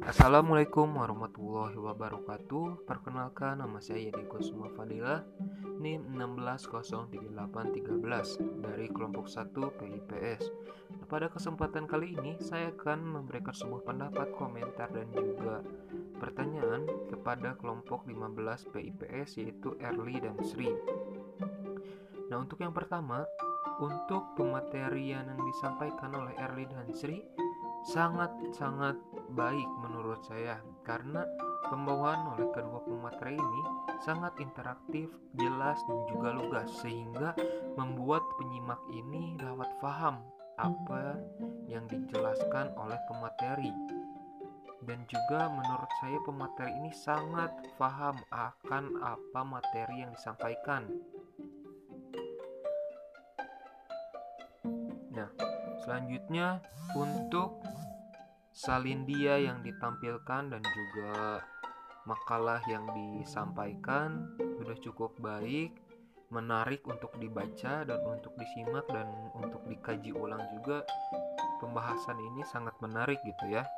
Assalamualaikum warahmatullahi wabarakatuh. Perkenalkan, nama saya Yadiko Suma Fadilah, NIM 16038313 dari kelompok 1 PIPS. Pada kesempatan kali ini saya akan memberikan sebuah pendapat, komentar dan juga pertanyaan kepada kelompok 15 PIPS, yaitu Erli dan Sri. Nah, untuk yang pertama, untuk pematerian yang disampaikan oleh Erli dan Sri sangat-sangat baik menurut saya, karena pembawaan oleh kedua pemateri ini sangat interaktif, jelas dan juga lugas, sehingga membuat penyimak ini dapat paham apa yang dijelaskan oleh pemateri. Dan juga menurut saya pemateri ini sangat paham akan apa materi yang disampaikan. Nah, selanjutnya untuk salindia yang ditampilkan dan juga makalah yang disampaikan sudah cukup baik, menarik untuk dibaca dan untuk disimak dan untuk dikaji ulang juga. Pembahasan ini sangat menarik gitu ya.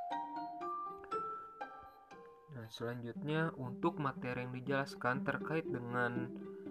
Nah, selanjutnya untuk materi yang dijelaskan terkait dengan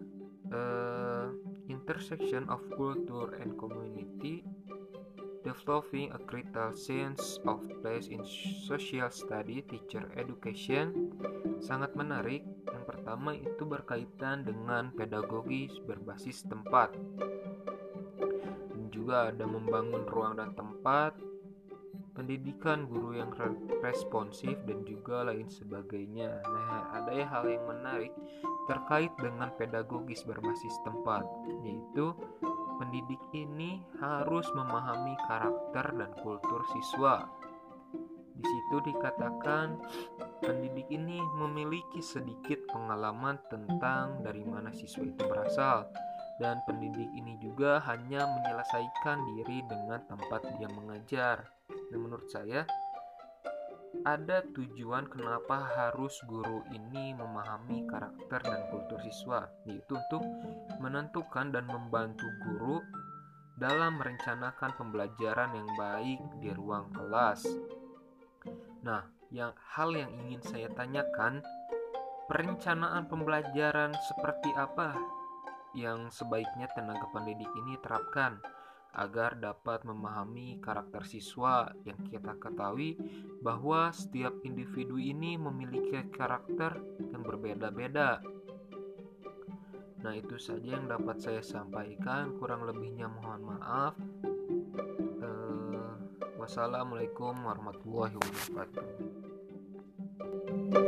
intersection of culture and community, developing a critical sense of place in social study, teacher education, sangat menarik. Yang pertama itu berkaitan dengan pedagogis berbasis tempat, dan juga ada membangun ruang dan tempat, pendidikan guru yang responsif dan juga lain sebagainya. Nah, ada hal yang menarik terkait dengan pedagogis berbasis tempat, yaitu pendidik ini harus memahami karakter dan kultur siswa. Di situ dikatakan pendidik ini memiliki sedikit pengalaman tentang dari mana siswa itu berasal, dan pendidik ini juga hanya menyelesaikan diri dengan tempat dia mengajar. Dan menurut saya ada tujuan kenapa harus guru ini memahami karakter dan kultur siswa, yaitu untuk menentukan dan membantu guru dalam merencanakan pembelajaran yang baik di ruang kelas. Nah, hal yang ingin saya tanyakan, perencanaan pembelajaran seperti apa yang sebaiknya tenaga pendidik ini terapkan agar dapat memahami karakter siswa, yang kita ketahui bahwa setiap individu ini memiliki karakter yang berbeda-beda. Nah, itu saja yang dapat saya sampaikan, kurang lebihnya mohon maaf. Wassalamualaikum warahmatullahi wabarakatuh.